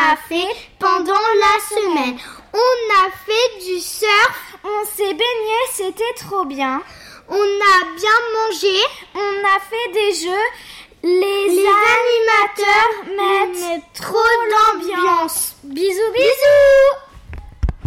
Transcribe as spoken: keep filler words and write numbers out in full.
a fait pendant la semaine. On a fait du surf. On s'est baigné, c'était trop bien. On a bien mangé. On a fait des jeux. Les, Les